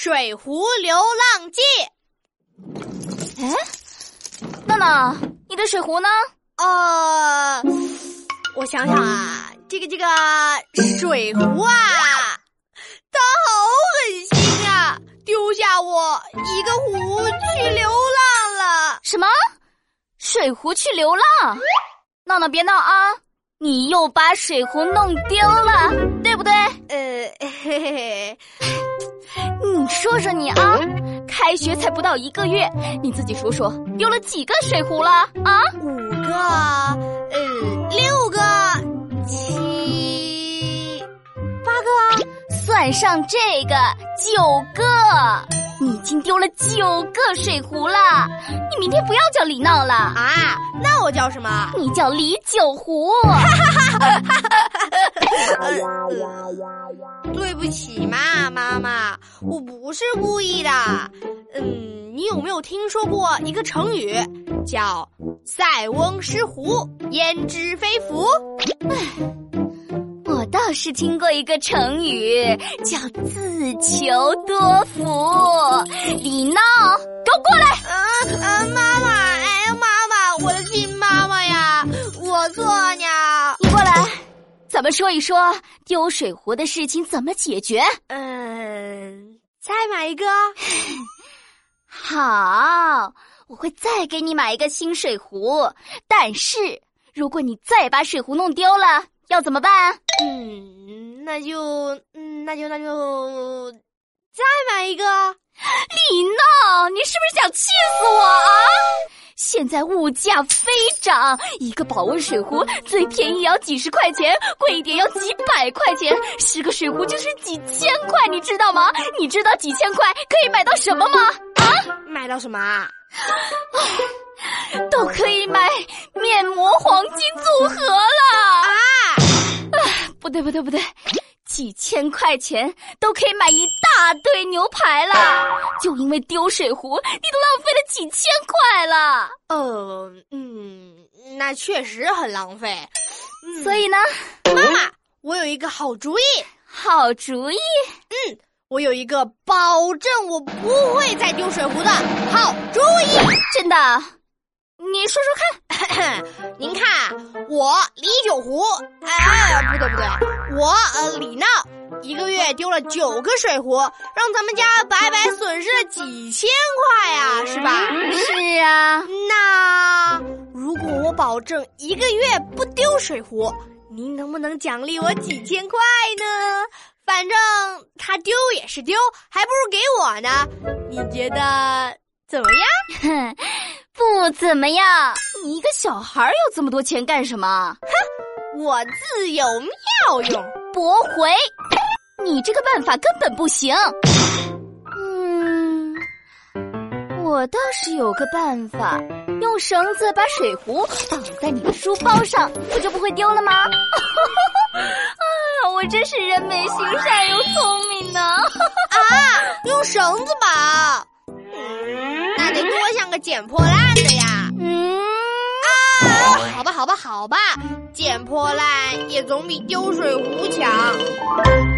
水壶流浪记。 哎，闹闹，你的水壶呢？ 我想想啊，这个水壶啊，它好狠心啊，丢下我一个壶去流浪了。 什么？水壶去流浪？闹闹别闹啊！你又把水壶弄丢了，对不对？ 嘿嘿。 你说说你啊，开学才不到1个月，你自己数数，丢了几个水壶了啊 ？5个，6个，7、8个， 算上这个9个，你已经丢了9个水壶了。你明天不要叫李闹了啊？那我叫什么？ 你叫李九壶。 对不起嘛，妈妈，我不是故意的。你有没有听说过一个成语，叫塞翁失壶，焉知非福？ 我倒是听过一个成语，叫自求多福。李闹，给我过来！ 妈妈，妈妈，我的亲妈妈呀，我错了。 你过来，咱们说一说丢水壶的事情怎么解决。 再买一个。 好，我会再给你买一个新水壶，但是如果你再把水壶弄丢了，要怎么办？ 那就再买一个。 李闹，你是不是想气死我啊？现在物价飞涨，一个保温水壶最便宜要几十块钱，贵一点要几百块钱，10个水壶就是几千块，你知道吗？你知道几千块可以买到什么吗？ 买到什么啊？ 都可以买面膜黄金组合了不对，几千块钱都可以买一大堆牛排了。就因为丢水壶，你都浪费了几千块了。 那确实很浪费。 所以呢， 妈妈，我有一个好主意。 好主意？ 我有一个保证我不会再丢水壶的好主意。 真的？你说说看。您看，我李九壶，不对，我李闹，1个月丢了9个水壶，让咱们家白白损失了几千块啊，是吧？ 是啊。 那如果我保证1个月不丢水壶，您能不能奖励我几千块呢？反正他丢也是丢，还不如给我呢。你觉得怎么样？ 不怎么样。你一个小孩有这么多钱干什么？ 我自有妙用。 驳回，你这个办法根本不行。我倒是有个办法，用绳子把水壶绑在你的书包上，不就不会丢了吗？我真是人美心善又聪明呢。 用绳子绑，那得多像个捡破烂的呀。好吧，捡破烂也总比丢水壶强。